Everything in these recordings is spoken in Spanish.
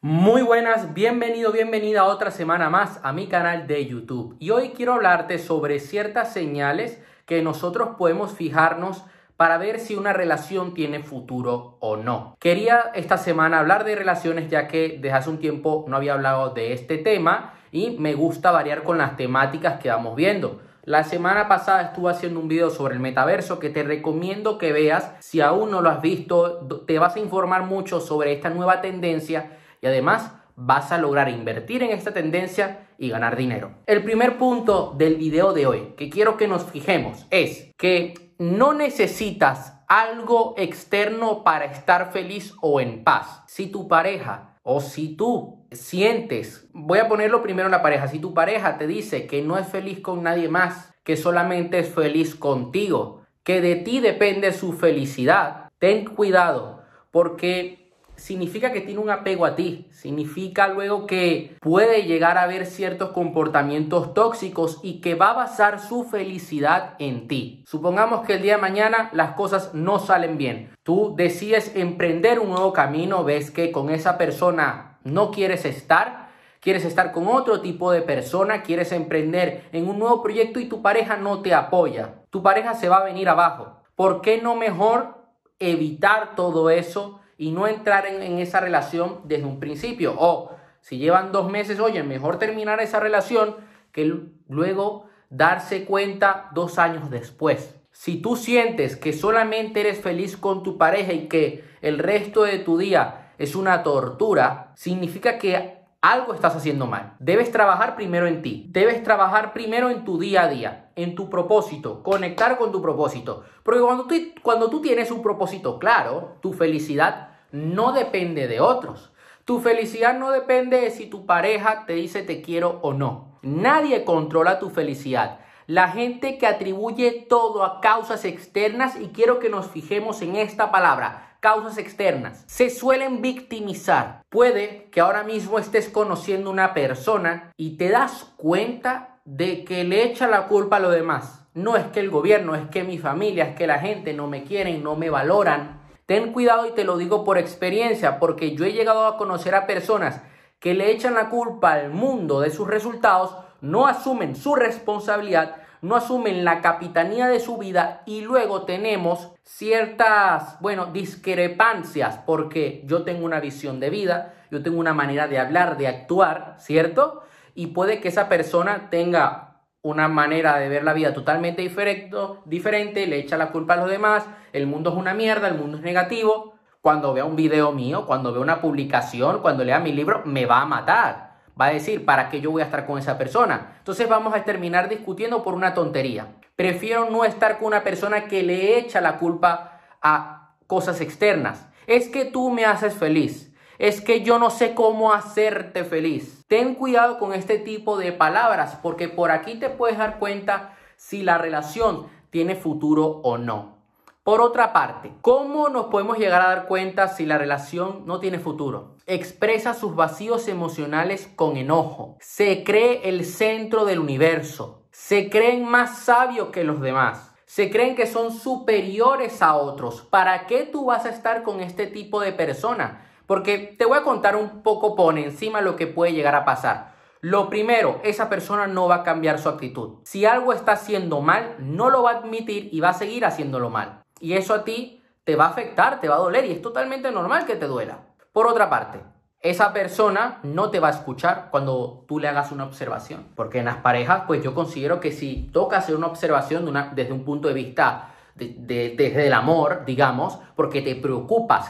Muy buenas, bienvenida otra semana más a mi canal de YouTube. Y hoy quiero hablarte sobre ciertas señales que nosotros podemos fijarnos para ver si una relación tiene futuro o no. Quería esta semana hablar de relaciones ya que desde hace un tiempo no había hablado de este tema y me gusta variar con las temáticas que vamos viendo. La semana pasada estuve haciendo un video sobre el metaverso que te recomiendo que veas. Si aún no lo has visto, te vas a informar mucho sobre esta nueva tendencia y además vas a lograr invertir en esta tendencia y ganar dinero. El primer punto del video de hoy que quiero que nos fijemos es que no necesitas algo externo para estar feliz o en paz. Si tu pareja o si tú sientes, voy a ponerlo primero en la pareja, si tu pareja te dice que no es feliz con nadie más, que solamente es feliz contigo, que de ti depende su felicidad, ten cuidado porque significa que tiene un apego a ti, significa luego que puede llegar a haber ciertos comportamientos tóxicos y que va a basar su felicidad en ti. Supongamos que el día de mañana las cosas no salen bien. Tú decides emprender un nuevo camino, ves que con esa persona no quieres estar con otro tipo de persona, quieres emprender en un nuevo proyecto y tu pareja no te apoya. Tu pareja se va a venir abajo. ¿Por qué no mejor evitar todo eso y no entrar en esa relación desde un principio? O si llevan 2 meses, oye, mejor terminar esa relación que luego darse cuenta 2 años después. Si tú sientes que solamente eres feliz con tu pareja y que el resto de tu día es una tortura, significa que algo estás haciendo mal. Debes trabajar primero en ti. Debes trabajar primero en tu día a día, en tu propósito, conectar con tu propósito. Porque cuando tú tienes un propósito claro, tu felicidad no depende de otros. Tu felicidad no depende de si tu pareja te dice te quiero o no. Nadie controla tu felicidad. La gente que atribuye todo a causas externas, y quiero que nos fijemos en esta palabra, causas externas, se suelen victimizar. Puede que ahora mismo estés conociendo una persona y te das cuenta de que le echa la culpa a lo demás. No es que el gobierno, es que mi familia, es que la gente no me quieren, no me valoran. Ten cuidado y te lo digo por experiencia, porque yo he llegado a conocer a personas que le echan la culpa al mundo de sus resultados, no asumen su responsabilidad, no asumen la capitanía de su vida y luego tenemos ciertas, discrepancias porque yo tengo una visión de vida, yo tengo una manera de hablar, de actuar, ¿cierto? Y puede que esa persona tenga una manera de ver la vida totalmente diferente, le echa la culpa a los demás, el mundo es una mierda, el mundo es negativo. Cuando vea un video mío, cuando vea una publicación, cuando lea mi libro, me va a matar. Va a decir, ¿para qué yo voy a estar con esa persona? Entonces vamos a terminar discutiendo por una tontería. Prefiero no estar con una persona que le echa la culpa a cosas externas. Es que tú me haces feliz. Es que yo no sé cómo hacerte feliz. Ten cuidado con este tipo de palabras porque por aquí te puedes dar cuenta si la relación tiene futuro o no. Por otra parte, ¿cómo nos podemos llegar a dar cuenta si la relación no tiene futuro? Expresa sus vacíos emocionales con enojo. Se cree el centro del universo. Se creen más sabios que los demás. Se creen que son superiores a otros. ¿Para qué tú vas a estar con este tipo de persona? Porque te voy a contar un poco por encima lo que puede llegar a pasar. Lo primero, esa persona no va a cambiar su actitud. Si algo está haciendo mal, no lo va a admitir y va a seguir haciéndolo mal. Y eso a ti te va a afectar, te va a doler y es totalmente normal que te duela. Por otra parte, esa persona no te va a escuchar cuando tú le hagas una observación. Porque en las parejas, pues yo considero que si toca hacer una observación desde un punto de vista desde el amor, digamos, porque te preocupas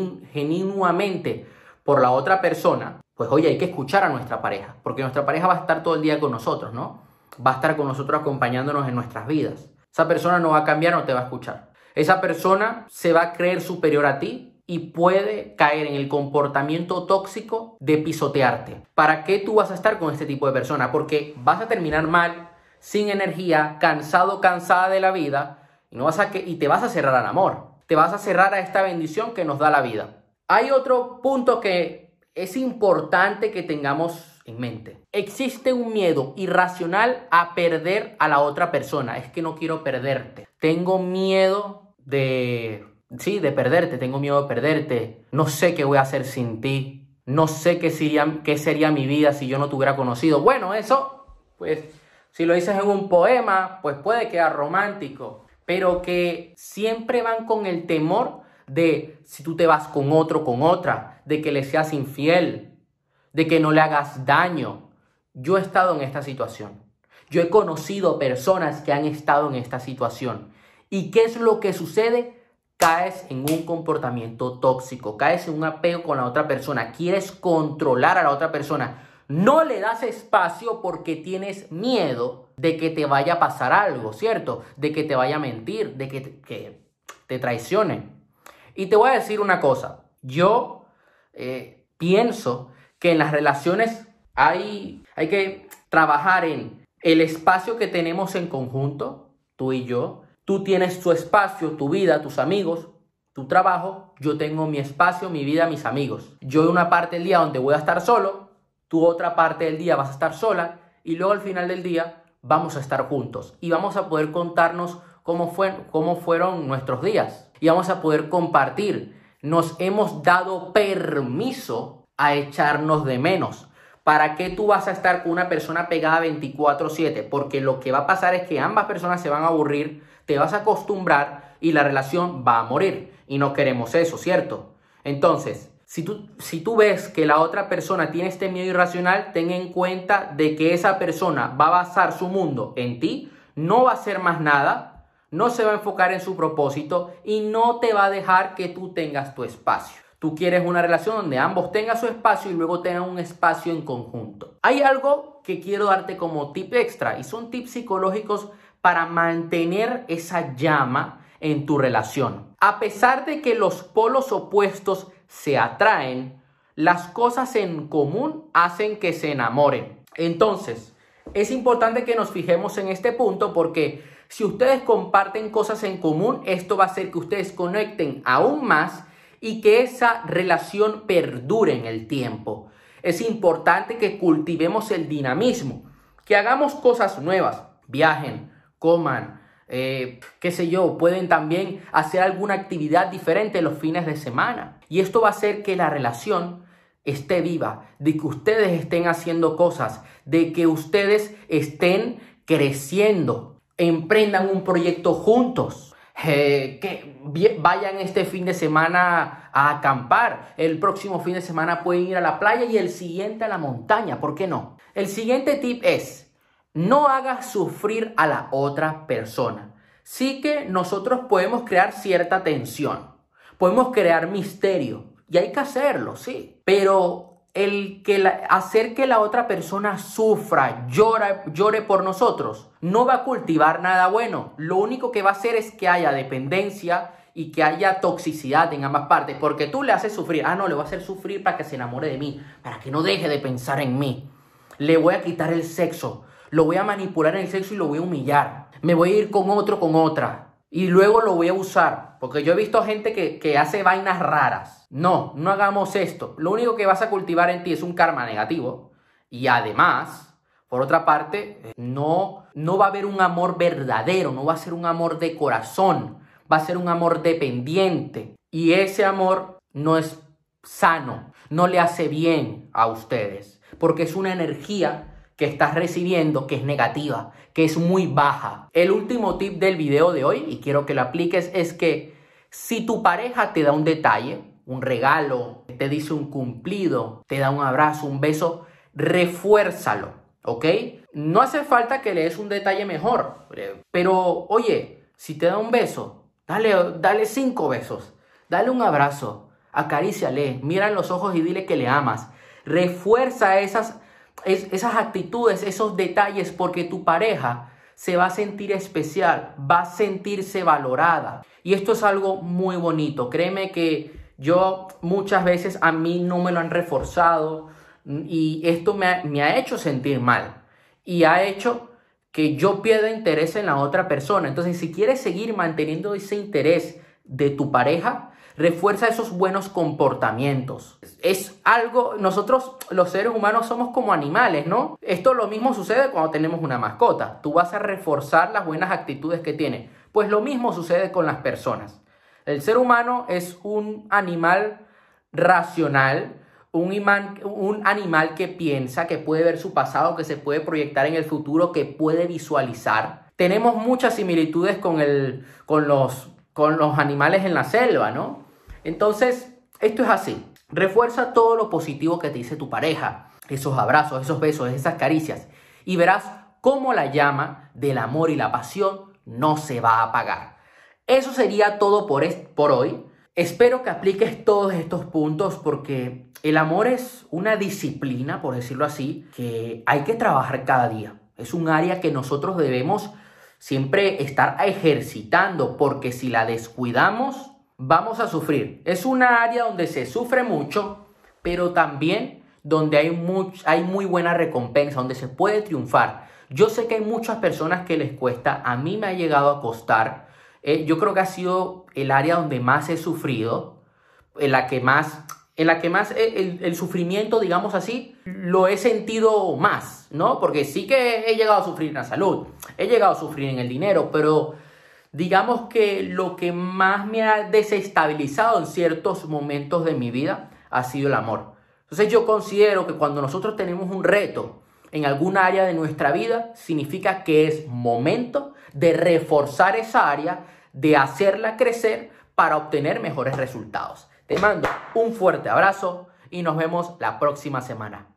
genuinamente por la otra persona, pues oye, hay que escuchar a nuestra pareja. Porque nuestra pareja va a estar todo el día con nosotros, ¿no? Va a estar con nosotros acompañándonos en nuestras vidas. Esa persona no va a cambiar, no te va a escuchar. Esa persona se va a creer superior a ti y puede caer en el comportamiento tóxico de pisotearte. ¿Para qué tú vas a estar con este tipo de persona? Porque vas a terminar mal, sin energía, cansada de la vida y te vas a cerrar al amor. Te vas a cerrar a esta bendición que nos da la vida. Hay otro punto que es importante que tengamos en mente. Existe un miedo irracional a perder a la otra persona. Es que no quiero perderte. Tengo miedo de perderte. Tengo miedo de perderte. No sé qué voy a hacer sin ti. no sé qué sería mi vida si yo no te hubiera conocido. Bueno, eso, pues, si lo dices en un poema, pues puede quedar romántico, pero que siempre van con el temor de si tú te vas con otro, con otra, de que le seas infiel, de que no le hagas daño. Yo he estado en esta situación. Yo he conocido personas que han estado en esta situación. ¿Y qué es lo que sucede? Caes en un comportamiento tóxico, caes en un apego con la otra persona, quieres controlar a la otra persona, no le das espacio porque tienes miedo de que te vaya a pasar algo, ¿cierto? De que te vaya a mentir, de que te traicione. Y te voy a decir una cosa, yo pienso que en las relaciones hay que trabajar en el espacio que tenemos en conjunto, tú y yo. Tú tienes tu espacio, tu vida, tus amigos, tu trabajo. Yo tengo mi espacio, mi vida, mis amigos. Yo una parte del día donde voy a estar solo, tú otra parte del día vas a estar sola y luego al final del día vamos a estar juntos y vamos a poder contarnos cómo fueron nuestros días y vamos a poder compartir. Nos hemos dado permiso a echarnos de menos. ¿Para qué tú vas a estar con una persona pegada 24/7? Porque lo que va a pasar es que ambas personas se van a aburrir, te vas a acostumbrar y la relación va a morir. Y no queremos eso, ¿cierto? Entonces, si tú ves que la otra persona tiene este miedo irracional, ten en cuenta de que esa persona va a basar su mundo en ti, no va a hacer más nada, no se va a enfocar en su propósito y no te va a dejar que tú tengas tu espacio. Tú quieres una relación donde ambos tengan su espacio y luego tengan un espacio en conjunto. Hay algo que quiero darte como tip extra y son tips psicológicos para mantener esa llama en tu relación. A pesar de que los polos opuestos se atraen, las cosas en común hacen que se enamoren. Entonces, es importante que nos fijemos en este punto porque si ustedes comparten cosas en común, esto va a hacer que ustedes conecten aún más y que esa relación perdure en el tiempo. Es importante que cultivemos el dinamismo, que hagamos cosas nuevas, viajen, coman, pueden también hacer alguna actividad diferente los fines de semana. Y esto va a hacer que la relación esté viva, de que ustedes estén haciendo cosas, de que ustedes estén creciendo, emprendan un proyecto juntos. Que vayan este fin de semana a acampar, el próximo fin de semana pueden ir a la playa y el siguiente a la montaña, ¿por qué no? El siguiente tip es, no hagas sufrir a la otra persona. Sí que nosotros podemos crear cierta tensión, podemos crear misterio y hay que hacerlo, sí, pero hacer que la otra persona sufra, llore por nosotros, no va a cultivar nada bueno. Lo único que va a hacer es que haya dependencia y que haya toxicidad en ambas partes, porque tú le haces sufrir. No, le voy a hacer sufrir para que se enamore de mí, para que no deje de pensar en mí. Le voy a quitar el sexo, lo voy a manipular en el sexo y lo voy a humillar. Me voy a ir con otro, con otra. Y luego lo voy a usar, porque yo he visto gente que hace vainas raras. No hagamos esto. Lo único que vas a cultivar en ti es un karma negativo. Y además, por otra parte, no va a haber un amor verdadero, no va a ser un amor de corazón, va a ser un amor dependiente. Y ese amor no es sano, no le hace bien a ustedes, porque es una energía que estás recibiendo que es negativa, que es muy baja. El último tip del video de hoy, y quiero que lo apliques, es que si tu pareja te da un detalle, un regalo, te dice un cumplido, te da un abrazo, un beso, refuérzalo, ¿ok? No hace falta que le des un detalle mejor, pero oye, si te da un beso, dale 5 besos, dale un abrazo, acaríciale, mira en los ojos y dile que le amas. Refuerza esas actitudes, esos detalles, porque tu pareja se va a sentir especial, va a sentirse valorada. Y esto es algo muy bonito. Créeme que yo muchas veces a mí no me lo han reforzado y esto me ha hecho sentir mal y ha hecho que yo pierda interés en la otra persona. Entonces, si quieres seguir manteniendo ese interés de tu pareja, refuerza esos buenos comportamientos. Es algo, nosotros los seres humanos somos como animales, ¿no? Esto lo mismo sucede cuando tenemos una mascota. Tú vas a reforzar las buenas actitudes que tiene. Pues lo mismo sucede con las personas. El ser humano es un animal racional, un animal que piensa, que puede ver su pasado, que se puede proyectar en el futuro, que puede visualizar. Tenemos muchas similitudes con los animales en la selva, ¿no? Entonces, esto es así. Refuerza todo lo positivo que te dice tu pareja. Esos abrazos, esos besos, esas caricias. Y verás cómo la llama del amor y la pasión no se va a apagar. Eso sería todo por hoy. Espero que apliques todos estos puntos porque el amor es una disciplina, por decirlo así, que hay que trabajar cada día. Es un área que nosotros debemos siempre estar ejercitando porque si la descuidamos, vamos a sufrir. Es una área donde se sufre mucho, pero también donde hay muy buena recompensa, donde se puede triunfar. Yo sé que hay muchas personas que les cuesta, a mí me ha llegado a costar. Yo creo que ha sido el área donde más he sufrido, en la que más el sufrimiento, digamos así, lo he sentido más, ¿no? Porque sí que he llegado a sufrir en la salud, he llegado a sufrir en el dinero, pero digamos que lo que más me ha desestabilizado en ciertos momentos de mi vida ha sido el amor. Entonces yo considero que cuando nosotros tenemos un reto en alguna área de nuestra vida, significa que es momento de reforzar esa área, de hacerla crecer para obtener mejores resultados. Te mando un fuerte abrazo y nos vemos la próxima semana.